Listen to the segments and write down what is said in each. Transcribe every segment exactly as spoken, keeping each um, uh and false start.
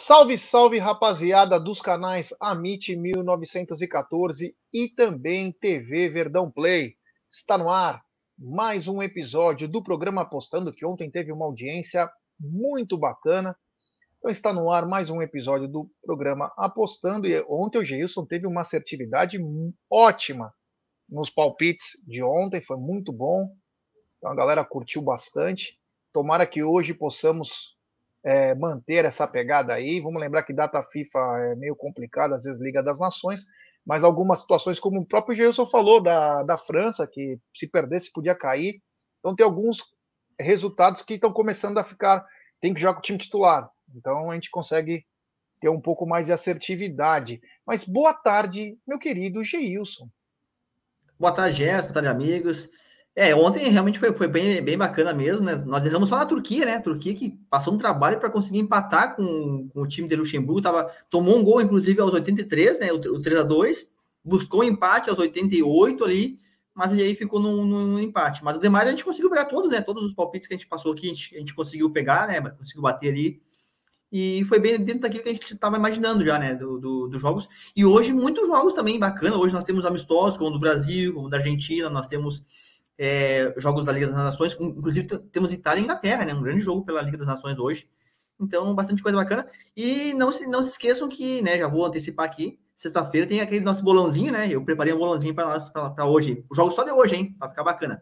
Salve, salve, rapaziada dos canais Amit mil novecentos e quatorze e também T V Verdão Play. Está no ar mais um episódio do programa Apostando, que ontem teve uma audiência muito bacana. Então está no ar mais um episódio do programa Apostando. E ontem o Geilson teve uma assertividade ótima nos palpites de ontem, foi muito bom. Então a galera curtiu bastante. Tomara que hoje possamos é, manter essa pegada aí. Vamos lembrar que data FIFA é meio complicada, às vezes Liga das Nações, mas algumas situações, como o próprio Gelson falou, da, da França, que se perdesse podia cair. Então tem alguns resultados que estão começando a ficar. Tem que jogar com o time titular. Então a gente consegue ter um pouco mais de assertividade. Mas boa tarde, meu querido Geilson. Boa tarde, Gerson. Boa tarde, amigos. É, ontem realmente foi, foi bem, bem bacana mesmo, né? Nós erramos só na Turquia, né? A Turquia que passou um trabalho para conseguir empatar com, com o time de Luxemburgo. Tava, tomou um gol, inclusive, aos oitenta e três, né? O, o três a dois. Buscou um empate aos oitenta e oito ali, mas aí ficou no, no, no empate. Mas o demais a gente conseguiu pegar todos, né? Todos os palpites que a gente passou aqui, a gente, a gente conseguiu pegar, né? Conseguiu bater ali. E foi bem dentro daquilo que a gente estava imaginando já, né? Do, do, dos jogos. E hoje, muitos jogos também bacana. Hoje nós temos amistosos, como o do Brasil, como o da Argentina, nós temos é, jogos da Liga das Nações, inclusive temos Itália e Inglaterra, né? Um grande jogo pela Liga das Nações hoje. Então, bastante coisa bacana. E não se, não se esqueçam que, né? Já vou antecipar aqui. Sexta-feira tem aquele nosso bolãozinho, né? Eu preparei um bolãozinho para nós para hoje. O jogo só de hoje, hein? Para ficar bacana.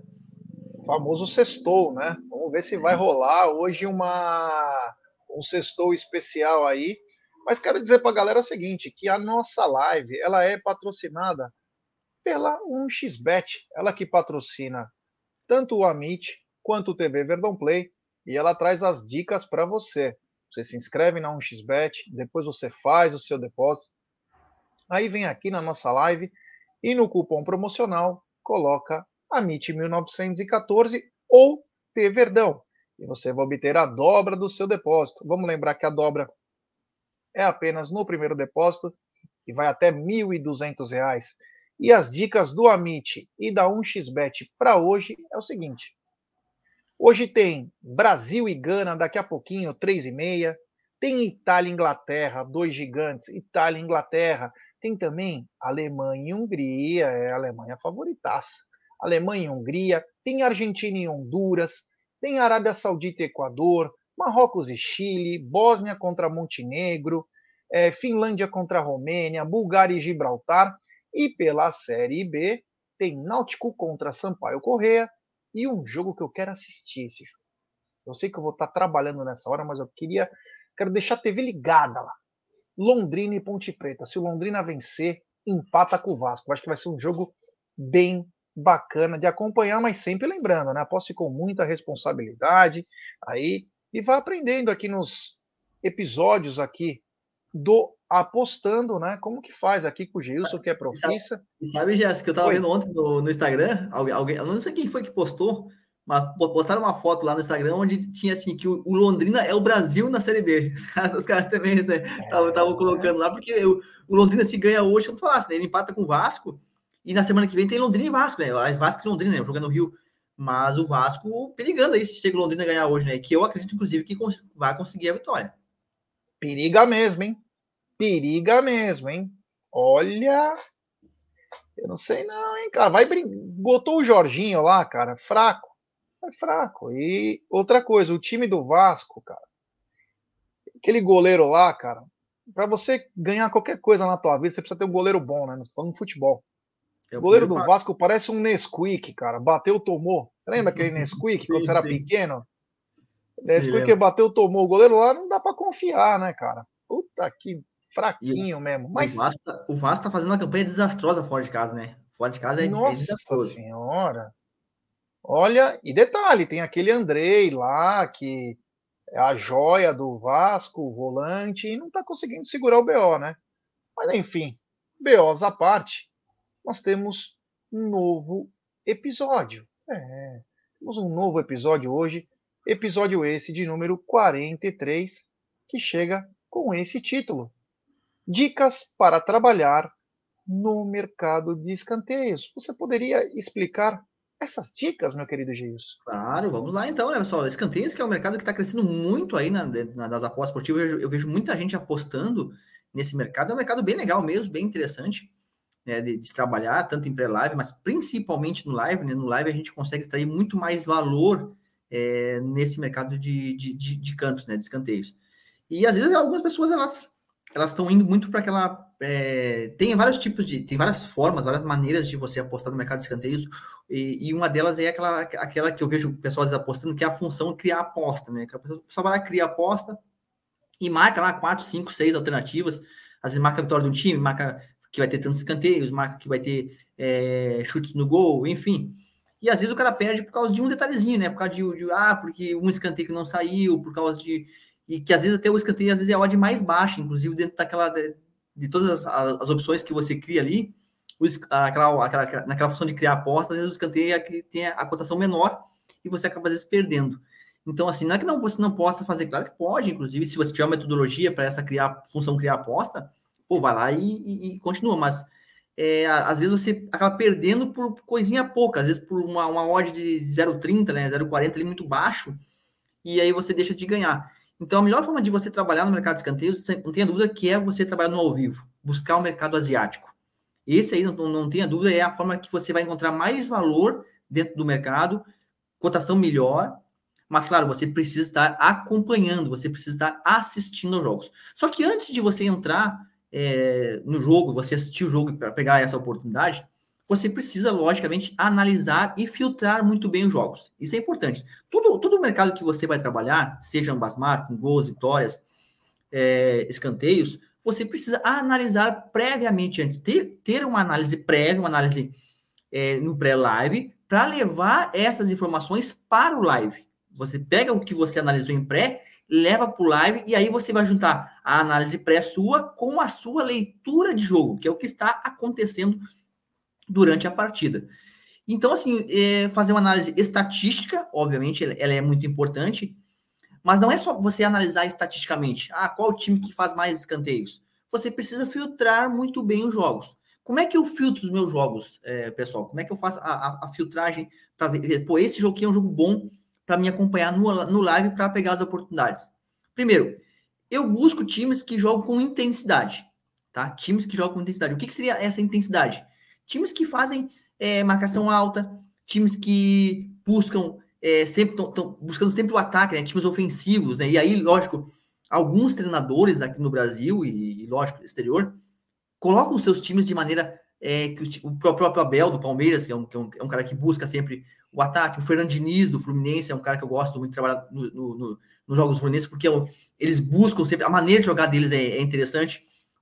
O famoso sextou, né? Vamos ver se vai rolar hoje uma um sextou especial aí. Mas quero dizer para a galera o seguinte, que a nossa live, ela é patrocinada pela um x bet, ela que patrocina tanto o Amit quanto o T V Verdão Play, e ela traz as dicas para você. Você se inscreve na um x bet, depois você faz o seu depósito, aí vem aqui na nossa live e no cupom promocional coloca Amit mil novecentos e quatorze ou T Verdão, e você vai obter a dobra do seu depósito. Vamos lembrar que a dobra é apenas no primeiro depósito e vai até mil e duzentos reais. E as dicas do Amit e da um x bet para hoje é o seguinte. Hoje tem Brasil e Gana, daqui a pouquinho, três e meia. Tem Itália e Inglaterra, dois gigantes, Itália e Inglaterra. Tem também Alemanha e Hungria, é a Alemanha favoritaça. Alemanha e Hungria. Tem Argentina e Honduras. Tem Arábia Saudita e Equador. Marrocos e Chile. Bósnia contra Montenegro. É, Finlândia contra Romênia. Bulgária e Gibraltar. E pela Série B, tem Náutico contra Sampaio Corrêa. E um jogo que eu quero assistir esse jogo. Eu sei que eu vou estar trabalhando nessa hora, mas eu queria. Quero deixar a T V ligada lá. Londrina e Ponte Preta. Se o Londrina vencer, empata com o Vasco. Eu acho que vai ser um jogo bem bacana de acompanhar, mas sempre lembrando, né? Aposte com muita responsabilidade aí e vá aprendendo aqui nos episódios aqui do Apostando, né? Como que faz aqui com o Gilson, que é E sabe, profissa. e sabe Gerson, que eu tava Oi. vendo ontem no, no Instagram, alguém, alguém, eu não sei quem foi que postou, mas postaram uma foto lá no Instagram onde tinha assim que o, o Londrina é o Brasil na Série B. Os caras, os caras também estavam né, colocando lá, porque o, o Londrina se ganha hoje, como falasse, né, ele empata com o Vasco, e na semana que vem tem Londrina e Vasco, né? Aliás, Vasco e Londrina, né? O jogo é no Rio. Mas o Vasco perigando aí se chega o Londrina a ganhar hoje, né? Que eu acredito, inclusive, que vai conseguir a vitória. Periga mesmo, hein? Periga mesmo, hein? Olha, eu não sei não, hein, cara. Vai brin... Botou o Jorginho lá, cara, fraco. É fraco. E outra coisa, o time do Vasco, cara, aquele goleiro lá, cara, pra você ganhar qualquer coisa na tua vida, você precisa ter um goleiro bom, né? Falando no futebol. É O o goleiro primeiro do passo. Vasco parece um Nesquik, cara. Bateu, tomou. Você lembra aquele Nesquik quando Sim, você era sim. pequeno? Sim, Nesquik lembro. bateu, tomou. O goleiro lá não dá pra confiar, né, cara? Puta que E o, fraquinho mesmo. o Mas, Vasco, tá- o Vasco tá fazendo uma campanha desastrosa fora de casa, né? Fora de casa é, é nossa desastroso. senhora. Olha, e detalhe, tem aquele Andrei lá, que é a joia do Vasco, o volante, e não está conseguindo segurar o B O, né? Mas enfim, B Os à parte, nós temos um novo episódio. É, temos um novo episódio hoje, episódio esse de número quarenta e três, que chega com esse título: Dicas para trabalhar no mercado de escanteios. Você poderia explicar essas dicas, meu querido Gilson? Claro, vamos lá então, né, pessoal? Escanteios, que é um mercado que está crescendo muito aí na, na, das apostas esportivas, eu, eu vejo muita gente apostando nesse mercado. É um mercado bem legal mesmo, bem interessante, né, de, de se trabalhar, tanto em pré-live, mas principalmente no live, né? No live a gente consegue extrair muito mais valor é, nesse mercado de, de, de, de cantos, né, de escanteios. E às vezes algumas pessoas elas elas estão indo muito para aquela é, tem vários tipos de tem várias formas, várias maneiras de você apostar no mercado de escanteios e, e uma delas é aquela aquela que eu vejo o pessoal às vezes apostando, que é a função criar aposta, né? Que a pessoa vai lá, cria aposta e marca lá quatro, cinco, seis alternativas, às vezes marca a vitória de um time, marca que vai ter tantos escanteios, marca que vai ter é, chutes no gol, enfim. E às vezes o cara perde por causa de um detalhezinho, né? Por causa de, de ah, porque um escanteio que não saiu, por causa de e que às vezes até o escanteio às vezes é a odd mais baixa, inclusive dentro daquela de, de todas as, as opções que você cria ali, o, aquela, aquela, naquela função de criar aposta, às vezes o escanteio é que tem a, a cotação menor e você acaba às vezes perdendo. Então, assim, não é que não, você não possa fazer, claro que pode, inclusive, se você tiver uma metodologia para essa criar, função criar aposta, pô, vai lá e, e, e continua, mas é, às vezes você acaba perdendo por coisinha pouca, às vezes por uma, uma odd de zero vírgula trinta, né, zero vírgula quarenta ali muito baixo, e aí você deixa de ganhar. Então, a melhor forma de você trabalhar no mercado de escanteios, não tenha dúvida, que é você trabalhar no ao vivo, buscar o mercado asiático. Esse aí, não, não tenha dúvida, é a forma que você vai encontrar mais valor dentro do mercado, cotação melhor, mas, claro, você precisa estar acompanhando, você precisa estar assistindo aos jogos. Só que antes de você entrar é, no jogo, você assistir o jogo para pegar essa oportunidade, você precisa, logicamente, analisar e filtrar muito bem os jogos. Isso é importante. Todo, todo o mercado que você vai trabalhar, seja ambasmar, com gols, vitórias, é, escanteios, você precisa analisar previamente, antes, ter, ter uma análise prévia, uma análise é, no pré-live, para levar essas informações para o live. Você pega o que você analisou em pré, leva para o live, e aí você vai juntar a análise pré sua com a sua leitura de jogo, que é o que está acontecendo durante a partida. Então, assim, é, fazer uma análise estatística, obviamente, ela é muito importante, mas não é só você analisar estatisticamente. Ah, qual o time que faz mais escanteios? Você precisa filtrar muito bem os jogos. Como é que eu filtro os meus jogos, é, pessoal? Como é que eu faço a, a, a filtragem para ver, pô, esse jogo aqui é um jogo bom para me acompanhar no, no live para pegar as oportunidades? Primeiro, eu busco times que jogam com intensidade, tá? Times que jogam com intensidade. O que, que seria essa intensidade? Times que fazem é, marcação alta, times que buscam é, sempre estão buscando sempre o ataque, né? Times ofensivos, né? E aí, lógico, alguns treinadores aqui no Brasil e, e lógico, exterior, colocam seus times de maneira é, que o, o próprio Abel do Palmeiras, que é um, que é, um, é um cara que busca sempre o ataque, o Fernando Diniz do Fluminense é um cara que eu gosto muito de trabalhar no, no, no, nos jogos do Fluminense, porque é, eles buscam sempre, a maneira de jogar deles é, é interessante,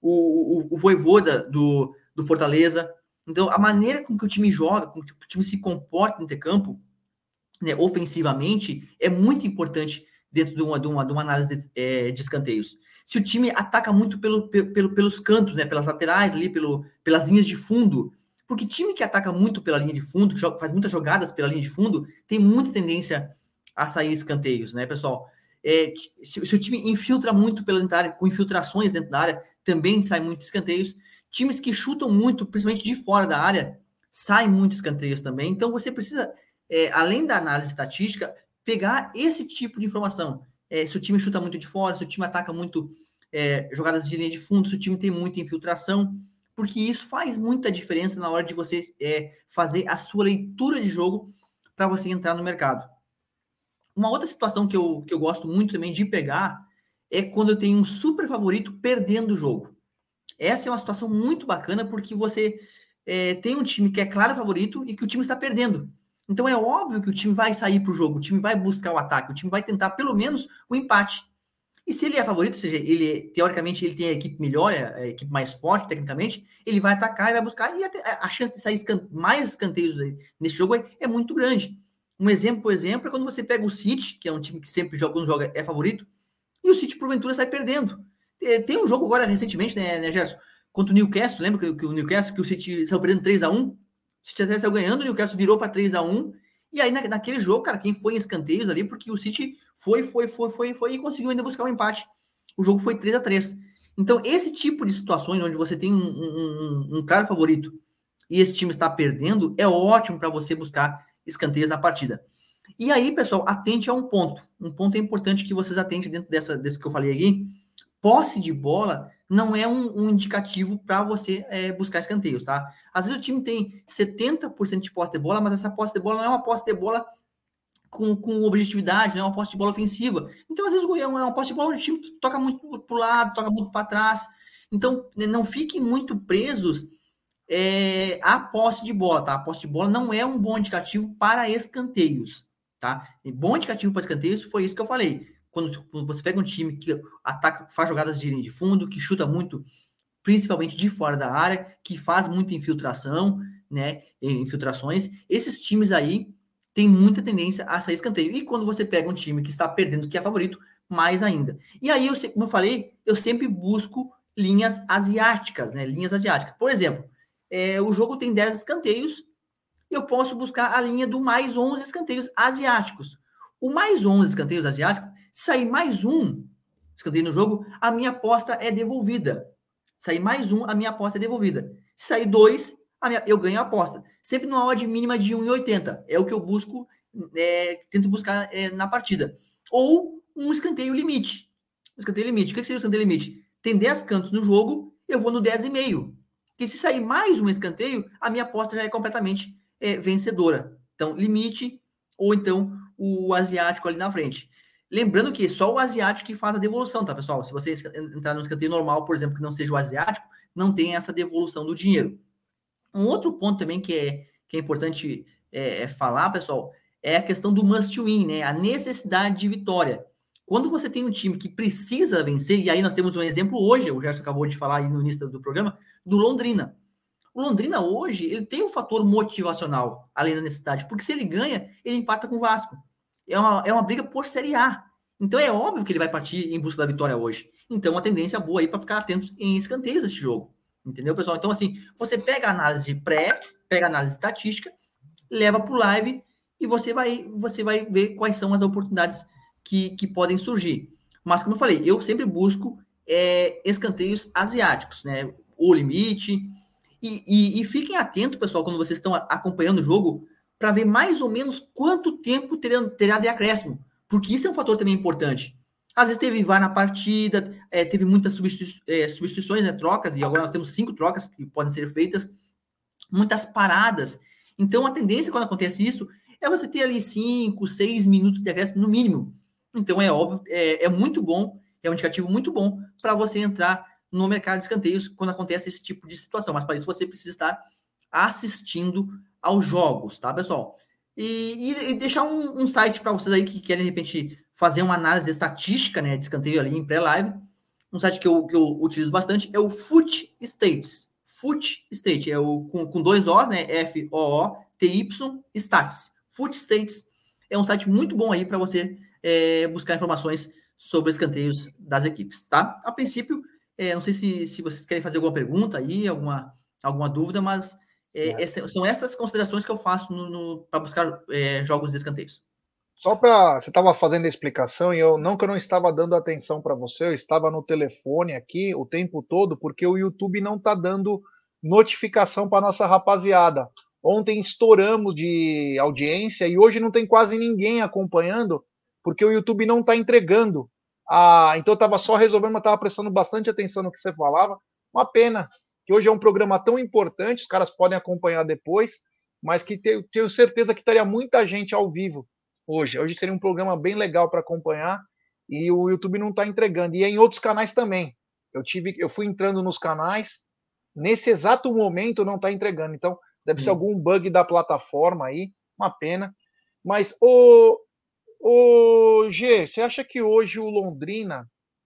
o, o, o Vojvoda do, do Fortaleza. Então, a maneira com que o time joga, com que o time se comporta no campo, né, ofensivamente, é muito importante dentro de uma, de uma, de uma análise de, é, de escanteios. Se o time ataca muito pelo, pelo, pelos cantos, né, pelas laterais, ali, pelo, pelas linhas de fundo, porque time que ataca muito pela linha de fundo, que joga, faz muitas jogadas pela linha de fundo, tem muita tendência a sair escanteios, né, pessoal? É, se, se o time infiltra muito pela área, com infiltrações dentro da área, também sai muito escanteios. Times que chutam muito, principalmente de fora da área, saem muito escanteios também. Então, você precisa, é, além da análise estatística, pegar esse tipo de informação. É, se o time chuta muito de fora, se o time ataca muito é, jogadas de linha de fundo, se o time tem muita infiltração, porque isso faz muita diferença na hora de você é, fazer a sua leitura de jogo para você entrar no mercado. Uma outra situação que eu, que eu gosto muito também de pegar é quando eu tenho um super favorito perdendo o jogo. Essa é uma situação muito bacana porque você é, tem um time que é claro favorito e que o time está perdendo. Então é óbvio que o time vai sair para o jogo, o time vai buscar o ataque, o time vai tentar pelo menos o empate. E se ele é favorito, ou seja, ele teoricamente ele tem a equipe melhor, a equipe mais forte tecnicamente, ele vai atacar e vai buscar, e a chance de sair escante- mais escanteios nesse jogo é, é muito grande. Um exemplo, por exemplo, é quando você pega o City, que é um time que sempre joga, quando joga é favorito, e o City porventura sai perdendo. Tem um jogo agora recentemente, né, né Gerson? Contra o Newcastle, lembra que, que o Newcastle, que o City saiu perdendo três a um? O City até saiu ganhando, o Newcastle virou para três a um. E aí, na, naquele jogo, cara, quem foi em escanteios ali, porque o City foi, foi, foi, foi, foi e conseguiu ainda buscar um empate. O jogo foi três a três. Então, esse tipo de situações onde você tem um, um, um, um claro favorito e esse time está perdendo, é ótimo para você buscar escanteios na partida. E aí, pessoal, atente a um ponto. Um ponto importante que vocês atentem dentro dessa, desse que eu falei aqui. Posse de bola não é um, um indicativo para você é, buscar escanteios, tá? Às vezes o time tem setenta por cento de posse de bola, mas essa posse de bola não é uma posse de bola com, com objetividade, não é uma posse de bola ofensiva. Então, às vezes, é uma posse de bola onde o time toca muito para o lado, toca muito para trás. Então, não fiquem muito presos é, à posse de bola, tá? A posse de bola não é um bom indicativo para escanteios, tá? E bom indicativo para escanteios foi isso que eu falei. Quando, quando você pega um time que ataca, faz jogadas de linha de fundo, que chuta muito, principalmente de fora da área, que faz muita infiltração, né? Infiltrações, esses times aí têm muita tendência a sair escanteio. E quando você pega um time que está perdendo, que é favorito, mais ainda. E aí, eu, como eu falei, eu sempre busco linhas asiáticas, né? Linhas asiáticas. Por exemplo, é, o jogo tem dez escanteios, eu posso buscar a linha do mais onze escanteios asiáticos. O mais onze escanteios asiáticos, sair mais um escanteio no jogo, a minha aposta é devolvida. Sair mais um, a minha aposta é devolvida. Se sair dois, a minha, eu ganho a aposta. Sempre numa odd mínima de um vírgula oitenta. É o que eu busco, é, tento buscar é, na partida. Ou um escanteio limite. Um escanteio limite. O que seria o escanteio limite? Tem dez cantos no jogo, eu vou no dez vírgula cinco. Porque se sair mais um escanteio, a minha aposta já é completamente é, vencedora. Então, limite, ou então o asiático ali na frente. Lembrando que só o asiático que faz a devolução, tá, pessoal? Se você entrar no escanteio normal, por exemplo, que não seja o asiático, não tem essa devolução do dinheiro. Um outro ponto também que é, que é importante é, é falar, pessoal, é a questão do must win, né? A necessidade de vitória. Quando você tem um time que precisa vencer, e aí nós temos um exemplo hoje, o Gerson acabou de falar aí no início do programa, do Londrina. O Londrina hoje, ele tem um fator motivacional, além da necessidade, porque se ele ganha, ele empata com o Vasco. É uma, é uma briga por Série A. Então é óbvio que ele vai partir em busca da vitória hoje. Então, uma tendência boa aí para ficar atentos em escanteios desse jogo. Entendeu, pessoal? Então, assim, você pega a análise pré, pega a análise estatística, leva para o live e você vai, você vai ver quais são as oportunidades que, que podem surgir. Mas, como eu falei, eu sempre busco é, escanteios asiáticos, né? O limite. E, e, e fiquem atentos, pessoal, quando vocês estão acompanhando o jogo, para ver mais ou menos quanto tempo terá, terá de acréscimo. Porque isso é um fator também importante. Às vezes teve V A R na partida, é, teve muitas substitui é, substituições, né, trocas, e agora nós temos cinco trocas que podem ser feitas, muitas paradas. Então, a tendência quando acontece isso é você ter ali cinco, seis minutos de acréscimo no mínimo. Então, é óbvio, é, é muito bom, é um indicativo muito bom para você entrar no mercado de escanteios quando acontece esse tipo de situação. Mas para isso você precisa estar assistindo aos jogos, tá, pessoal? E, e, e deixar um, um site para vocês aí que querem, de repente, fazer uma análise estatística, né, de escanteio ali em pré-live. Um site que eu, que eu utilizo bastante é o Foot States. Foot State, é o com, com dois O's, né? F O O T Y Stats. Foot States é um site muito bom aí para você é, buscar informações sobre escanteios das equipes, tá? A princípio, é, não sei se, se vocês querem fazer alguma pergunta aí, alguma, alguma dúvida, mas é, é. Essa, são essas considerações que eu faço no, no, para buscar é, jogos de escanteios. Só para você estava fazendo a explicação e eu não que eu não estava dando atenção para você, eu estava no telefone aqui o tempo todo porque o YouTube não está dando notificação para nossa rapaziada. Ontem estouramos de audiência e hoje não tem quase ninguém acompanhando porque o YouTube não está entregando. Ah, então eu estava só resolvendo, mas estava prestando bastante atenção no que você falava. Uma pena que hoje é um programa tão importante, os caras podem acompanhar depois, mas que tenho, tenho certeza que estaria muita gente ao vivo hoje. Hoje seria um programa bem legal para acompanhar e o YouTube não está entregando. E é em outros canais também. Eu tive, eu fui entrando nos canais, nesse exato momento não está entregando. Então deve Sim. ser algum bug da plataforma aí, uma pena. Mas o o G, você acha que hoje o Londrina,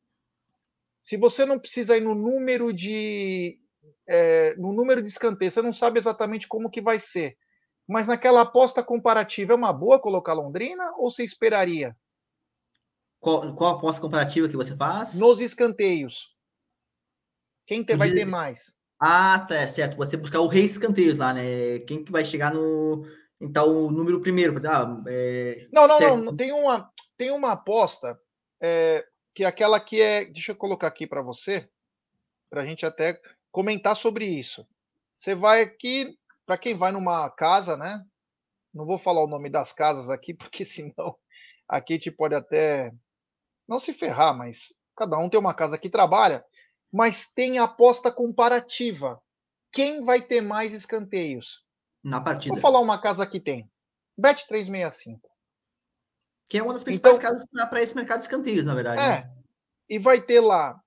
se você não precisa ir no número de é, no número de escanteio, você não sabe exatamente como que vai ser. Mas naquela aposta comparativa, é uma boa colocar Londrina ou você esperaria? Qual, qual a aposta comparativa que você faz? Nos escanteios. Quem te, vai ter mais? Ah, tá, certo. Você buscar o rei escanteios lá, né? Quem que vai chegar no em tal número primeiro? Ah, é, não, não, não, não. Tem uma, tem uma aposta é, que é aquela que é. Deixa eu colocar aqui para você, para a gente até comentar sobre isso. Você vai aqui, para quem vai numa casa, né? não vou falar o nome das casas aqui, porque senão aqui a gente pode até não se ferrar, mas cada um tem uma casa que trabalha, mas tem aposta comparativa. Quem vai ter mais escanteios? Na Vou partida. falar uma casa que tem. Bet trezentos e sessenta e cinco. Que é uma das principais Então, casas para esse mercado de escanteios, na verdade, né? é, e vai ter lá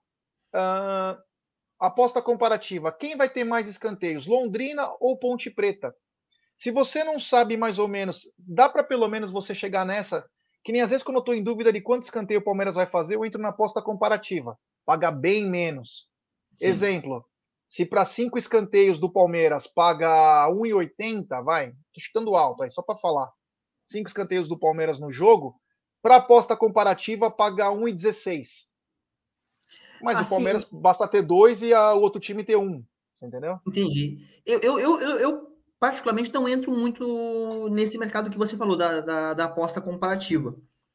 uh, aposta comparativa. Quem vai ter mais escanteios, Londrina ou Ponte Preta? Se você não sabe mais ou menos, dá para pelo menos você chegar nessa, que nem às vezes quando eu estou em dúvida de quanto escanteio o Palmeiras vai fazer, eu entro na aposta comparativa. Paga bem menos. Sim. Exemplo, se para cinco escanteios do Palmeiras paga um e oitenta, vai, tô chutando alto aí, só para falar. Cinco escanteios do Palmeiras no jogo, para aposta comparativa paga um e dezesseis. Mas o Assim, Palmeiras basta ter dois e a, o outro time ter um, entendeu? entendi. Eu, eu, eu, eu, eu, particularmente, não entro muito nesse mercado que você falou, da, da, da aposta comparativa.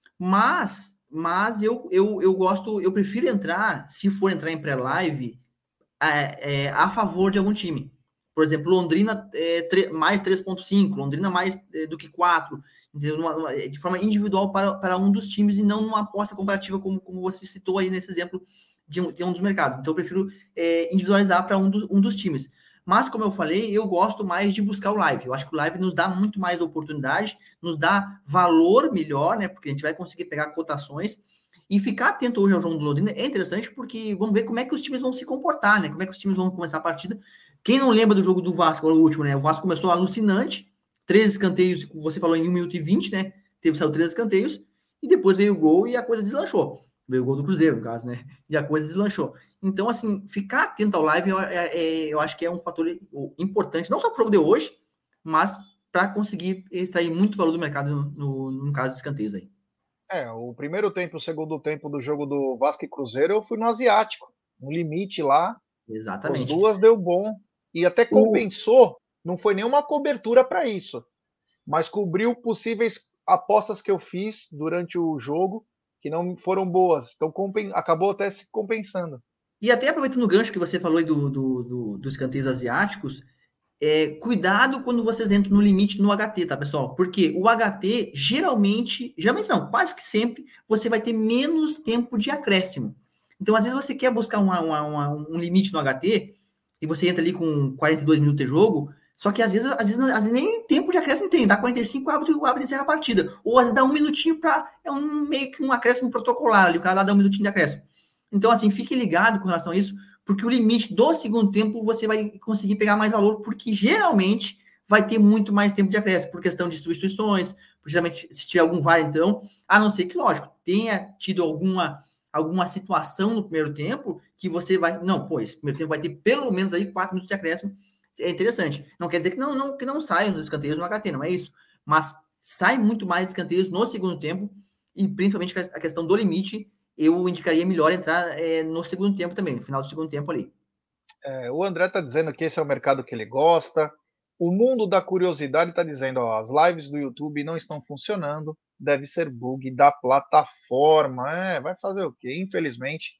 Mas, mas eu, eu, eu gosto, eu prefiro entrar, se for entrar em pré-live, é, é, a favor de algum time. Por exemplo, Londrina é, mais três ponto cinco, Londrina mais é, do que quatro, entendeu? Uma, uma, de forma individual para, para um dos times e não numa aposta comparativa, como, como você citou aí nesse exemplo de um, de um dos mercados. Então, eu prefiro é, individualizar para um, do, um dos times. Mas, como eu falei, eu gosto mais de buscar o live. Eu acho que o live nos dá muito mais oportunidade, nos dá valor melhor, né? Porque a gente vai conseguir pegar cotações. E ficar atento hoje ao jogo do Londrina é interessante porque vamos ver como é que os times vão se comportar, né? Como é que os times vão começar a partida. Quem não lembra do jogo do Vasco, o último, né? O Vasco começou alucinante, três escanteios, você falou em um minuto e vinte, né? Teve, saiu três escanteios, e depois veio o gol e a coisa deslanchou. Veio o gol do Cruzeiro, no caso, né? E a coisa deslanchou. Então, assim, ficar atento ao live, eu, é, é, eu acho que é um fator importante, não só para o jogo de hoje, mas para conseguir extrair muito valor do mercado no, no, no caso de escanteios aí. É, o primeiro tempo e o segundo tempo do jogo do Vasco e Cruzeiro eu fui no Asiático. No limite lá, as Exatamente. duas deu bom. E até O, compensou, não foi nenhuma cobertura para isso, mas cobriu possíveis apostas que eu fiz durante o jogo que não foram boas. Então acabou até se compensando. E até aproveitando o gancho que você falou aí do, do, do, dos escanteios asiáticos, é, cuidado quando vocês entram no limite no H T, tá, pessoal? Porque o H T, geralmente, geralmente não, quase que sempre, você vai ter menos tempo de acréscimo. Então, às vezes, você quer buscar uma, uma, uma, um limite no H T, e você entra ali com quarenta e dois minutos de jogo, só que às vezes, às vezes, às vezes nem tempo de acréscimo tem, dá quarenta e cinco, abre, abre e encerra a partida. Ou às vezes dá um minutinho para. É um meio que um acréscimo protocolar ali, o cara lá dá um minutinho de acréscimo. Então, assim, fique ligado com relação a isso, porque o limite do segundo tempo você vai conseguir pegar mais valor, porque geralmente vai ter muito mais tempo de acréscimo, por questão de substituições, geralmente se tiver algum V A R, então, a não ser que, lógico, tenha tido alguma, alguma situação no primeiro tempo que você vai, não, pô, esse primeiro tempo vai ter pelo menos aí quatro minutos de acréscimo, é interessante. Não quer dizer que não, não, que não saiam os escanteios no H T, não é isso, mas sai muito mais escanteios no segundo tempo, e principalmente a questão do limite, eu indicaria melhor entrar é, no segundo tempo também, no final do segundo tempo ali. É, o André está dizendo que esse é o mercado que ele gosta. O mundo da curiosidade está dizendo, ó, as lives do YouTube não estão funcionando, deve ser bug da plataforma. É, vai fazer o quê? Infelizmente,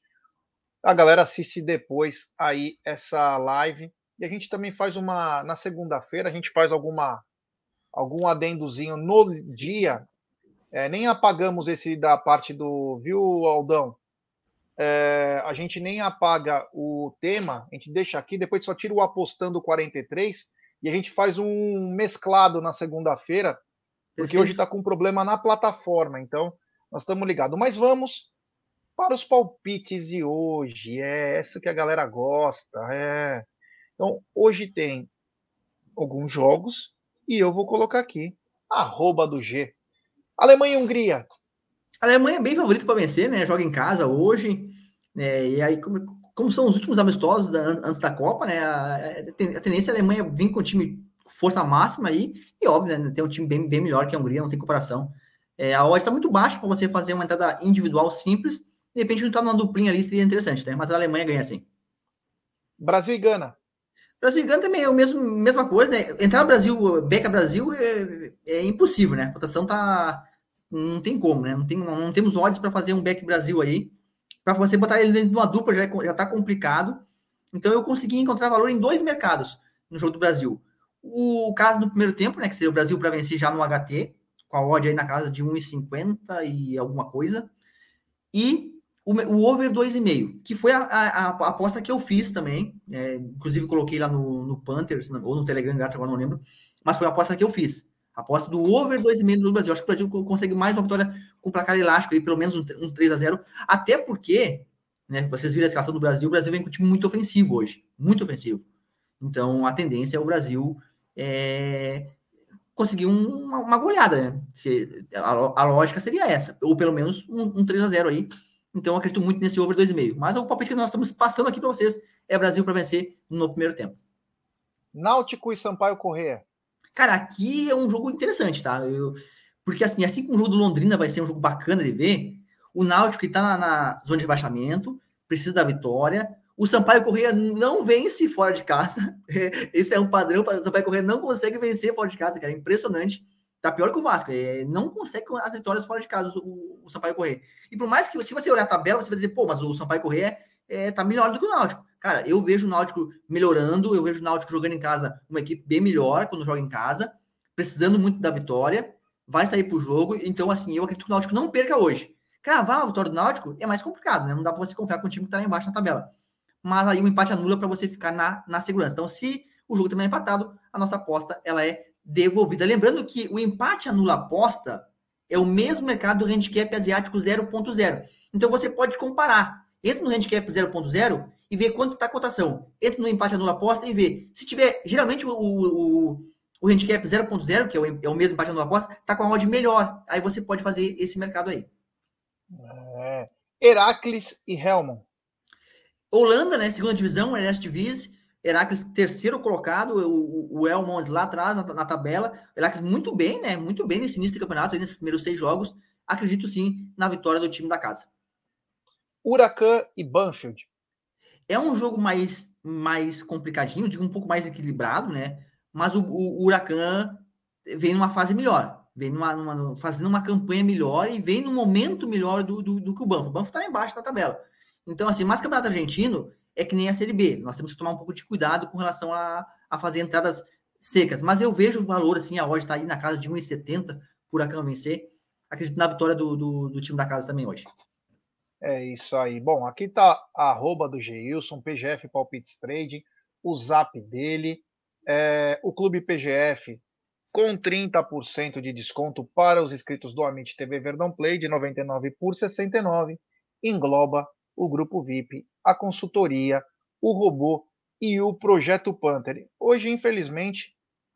a galera assiste depois aí essa live. E a gente também faz uma, na segunda-feira, a gente faz alguma, algum adendozinho no dia. É, nem apagamos esse da parte do, viu, Aldão? É, a gente nem apaga o tema, a gente deixa aqui, depois só tira o apostando quarenta e três e a gente faz um mesclado na segunda-feira, porque hoje Perfeito. está com um problema na plataforma, então nós estamos ligados. Mas vamos para os palpites de hoje, é essa que a galera gosta. É. Então, hoje tem alguns jogos e eu vou colocar aqui, arroba do G. Alemanha e Hungria. A Alemanha é bem favorito para vencer, né? Joga em casa hoje, né? E aí, como, como são os últimos amistosos da, antes da Copa, né? A, a tendência é a Alemanha vir com o time força máxima aí, e óbvio, né? Tem um time bem, bem melhor que a Hungria, não tem comparação. É, a odd está muito baixa para você fazer uma entrada individual simples, de repente juntar numa duplinha ali seria interessante, né? Mas a Alemanha ganha sim. Brasil e Gana. Brasil e Gana também é a mesma, mesma coisa, né? Entrar no Brasil, Beca Brasil é, é impossível, né? A cotação tá. Não tem como, né? Não, tem, não, não temos odds para fazer um Beck Brasil aí. Para você botar ele dentro de uma dupla já, é, já tá complicado. Então eu consegui encontrar valor em dois mercados no jogo do Brasil. O caso do primeiro tempo, né, que seria o Brasil para vencer já no H T, com a odd aí na casa de um e cinquenta e alguma coisa. E o, o over dois vírgula cinco, que foi a, a, a, aposta que eu fiz também. É, inclusive, coloquei lá no, no Panthers, ou no Telegram, grátis, agora não lembro. Mas foi a aposta que eu fiz. A aposta do over dois vírgula cinco do Brasil. Acho que o Brasil consegue mais uma vitória com placar elástico, aí, pelo menos um, um três a zero. Até porque, né, vocês viram a escalação do Brasil, o Brasil vem com um time muito ofensivo hoje. Muito ofensivo. Então, a tendência é o Brasil é, conseguir um, uma, uma goleada, né? Se, a, a lógica seria essa, ou pelo menos um, um três a zero aí. Então, eu acredito muito nesse over dois vírgula cinco. Mas o palpite que nós estamos passando aqui para vocês é Brasil para vencer no primeiro tempo. Náutico e Sampaio Corrêa. Cara, aqui é um jogo interessante, tá? Eu, porque assim, assim como o jogo do Londrina vai ser um jogo bacana de ver, o Náutico que tá na, na zona de rebaixamento, precisa da vitória. O Sampaio Corrêa não vence fora de casa. Esse é um padrão. O Sampaio Corrêa não consegue vencer fora de casa, cara. É impressionante. Tá pior que o Vasco. É, não consegue as vitórias fora de casa, o, o Sampaio Corrêa. E por mais que, se você olhar a tabela, você vai dizer, pô, mas o Sampaio Corrêa é, tá melhor do que o Náutico. Cara, eu vejo o Náutico melhorando, eu vejo o Náutico jogando em casa uma equipe bem melhor quando joga em casa, precisando muito da vitória, vai sair pro jogo. Então, assim, eu acredito que o Náutico não perca hoje. Cravar a vitória do Náutico é mais complicado, né? Não dá pra você confiar com o time que tá lá embaixo na tabela. Mas aí o empate anula para você ficar na, na segurança. Então, se o jogo também é empatado, a nossa aposta ela é devolvida. Lembrando que o empate anula a aposta é o mesmo mercado do handicap asiático zero ponto zero. Então, você pode comparar. Entra no handicap zero ponto zero e vê quanto está a cotação. Entra no empate anula a aposta e vê. Se tiver, geralmente, o, o, o handicap zero ponto zero, que é o, é o mesmo empate anula a aposta, está com a odd melhor. Aí você pode fazer esse mercado aí. É. Heracles e Helmond. Holanda, né? Segunda divisão, Eredivisie, Heracles terceiro colocado, o, o Helmond lá atrás na, na tabela. Heracles muito bem, né? Muito bem nesse início de campeonato, aí nesses primeiros seis jogos. Acredito sim na vitória do time da casa. Huracan e Banfield. É um jogo mais, mais complicadinho, digo um pouco mais equilibrado, né? Mas o, o, o Huracan vem numa fase melhor, vem numa, numa, fazendo uma campanha melhor e vem num momento melhor do, do, do que o Banfield. O Banfield tá lá embaixo da tabela. Então, assim, mais campeonato argentino é que nem a Série B. Nós temos que tomar um pouco de cuidado com relação a, a fazer entradas secas. Mas eu vejo o valor, assim, a odd está aí na casa de um e setenta por Huracan vencer. Acredito na vitória do, do, do time da casa também hoje. É isso aí. Bom, aqui tá a arroba do Geilson, P G F Palpites Trading, o zap dele, é, o Clube P G F com trinta por cento de desconto para os inscritos do Amit T V Verdão Play, de noventa e nove por sessenta e nove, engloba o Grupo V I P, a consultoria, o robô e o Projeto Panther. Hoje, infelizmente,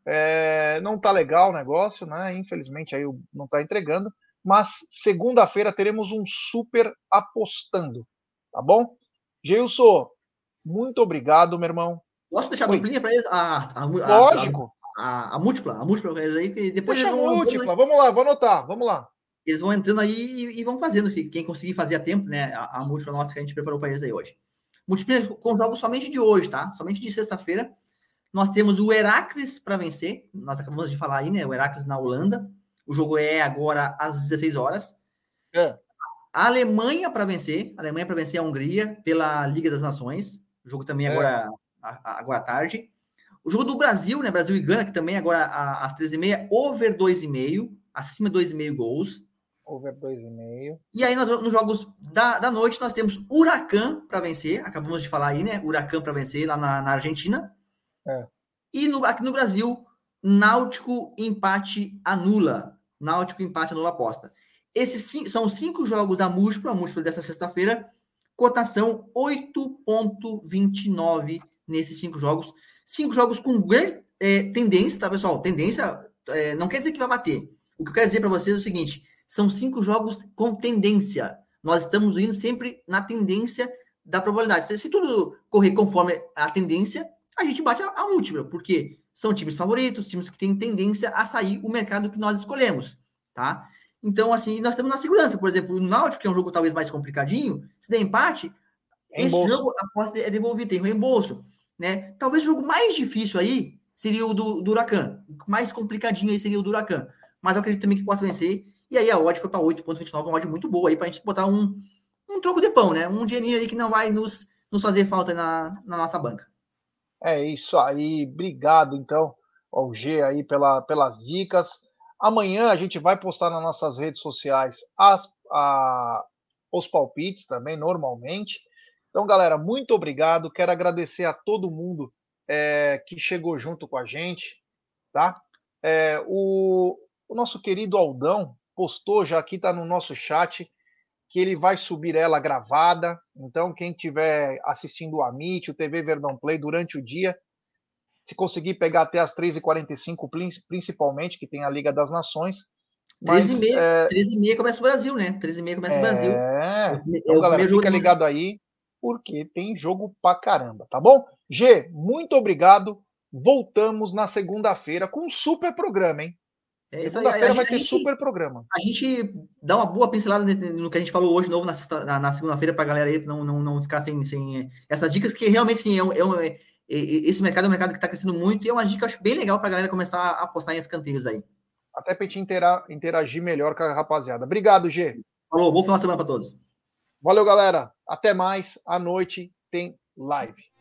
é, não tá legal o negócio, né? Infelizmente aí não tá entregando, mas segunda-feira teremos um super apostando, tá bom? Geilson, muito obrigado, meu irmão. Posso deixar a Oi. duplinha para eles? A, a, a, Lógico. A, a, a múltipla, a múltipla para eles aí, que depois Deixa eles vão múltipla, entrando, vamos lá, vou anotar, vamos lá. Eles vão entrando aí e, e vão fazendo, quem conseguir fazer a tempo, né? A, a múltipla nossa que a gente preparou para eles aí hoje. Multiplica com jogos somente de hoje, tá? Somente de sexta-feira. Nós temos o Heracles para vencer. Nós acabamos de falar aí, né? O Heracles na Holanda. O jogo é agora às dezesseis horas. É. A Alemanha para vencer. A Alemanha para vencer a Hungria pela Liga das Nações. O jogo também é. agora, agora à tarde. O jogo do Brasil, né? Brasil e Gana, que também agora às treze e meia. Over dois vírgula cinco. Acima de dois vírgula cinco gols. Over dois vírgula cinco. E aí, nós, nos jogos da, da noite, nós temos Huracan para vencer. Acabamos de falar aí, né? Huracan para vencer lá na, na Argentina. É. E no, aqui no Brasil, Náutico empate anula. Náutico empate anula aposta. Esses cinco, são cinco jogos da múltipla, a múltipla dessa sexta-feira. Cotação oito vírgula vinte e nove nesses cinco jogos. Cinco jogos com grande é, tendência, tá, pessoal? Tendência é, não quer dizer que vai bater. O que eu quero dizer para vocês é o seguinte: são cinco jogos com tendência. Nós estamos indo sempre na tendência da probabilidade. Se, se tudo correr conforme a tendência, a gente bate a, a múltipla, porque são times favoritos, times que têm tendência a sair o mercado que nós escolhemos, tá? Então, assim, nós estamos na segurança. Por exemplo, o Náutico, que é um jogo talvez mais complicadinho, se der empate, reembolso. Esse jogo a aposta é devolvida, tem reembolso, né? Talvez o jogo mais difícil aí seria o do, do Huracan. O mais complicadinho aí seria o do Huracan. Mas eu acredito também que possa vencer. E aí a odd foi para oito vírgula vinte e nove, uma odd muito boa aí para a gente botar um, um troco de pão, né? Um dinheirinho ali que não vai nos, nos fazer falta na, na nossa banca. É isso aí, obrigado então ao G aí pela, pelas dicas. Amanhã a gente vai postar nas nossas redes sociais as, a, os palpites também, normalmente. Então, galera, muito obrigado. Quero agradecer a todo mundo é, que chegou junto com a gente, tá? É, o, o nosso querido Aldão postou já aqui, tá no nosso chat, que ele vai subir ela gravada. Então, quem estiver assistindo o Amit, o T V Verdão Play durante o dia, se conseguir pegar até as treze e quarenta e cinco, principalmente, que tem a Liga das Nações. treze e Mas meia, é, treze e meia começa o Brasil, né? treze e meia começa o Brasil. é... É Então, o galera, primeiro jogo fica do ligado aí, porque tem jogo pra caramba, tá bom? G, muito obrigado. Voltamos na segunda-feira com um super programa, hein? É isso aí. A, a Segunda-feira vai gente, a ter gente super programa. a gente dá uma boa pincelada no que a gente falou hoje, novo, na, sexta, na, na segunda-feira, para a galera aí não, não, não ficar sem, sem essas dicas, que realmente, sim, é um, é um, é, esse mercado é um mercado que está crescendo muito e é uma dica que eu acho bem legal para a galera começar a apostar em escanteios aí. Até para te interagir melhor com a rapaziada. Obrigado, G. Falou, bom final de semana para todos. Valeu, galera. Até mais. À noite tem live.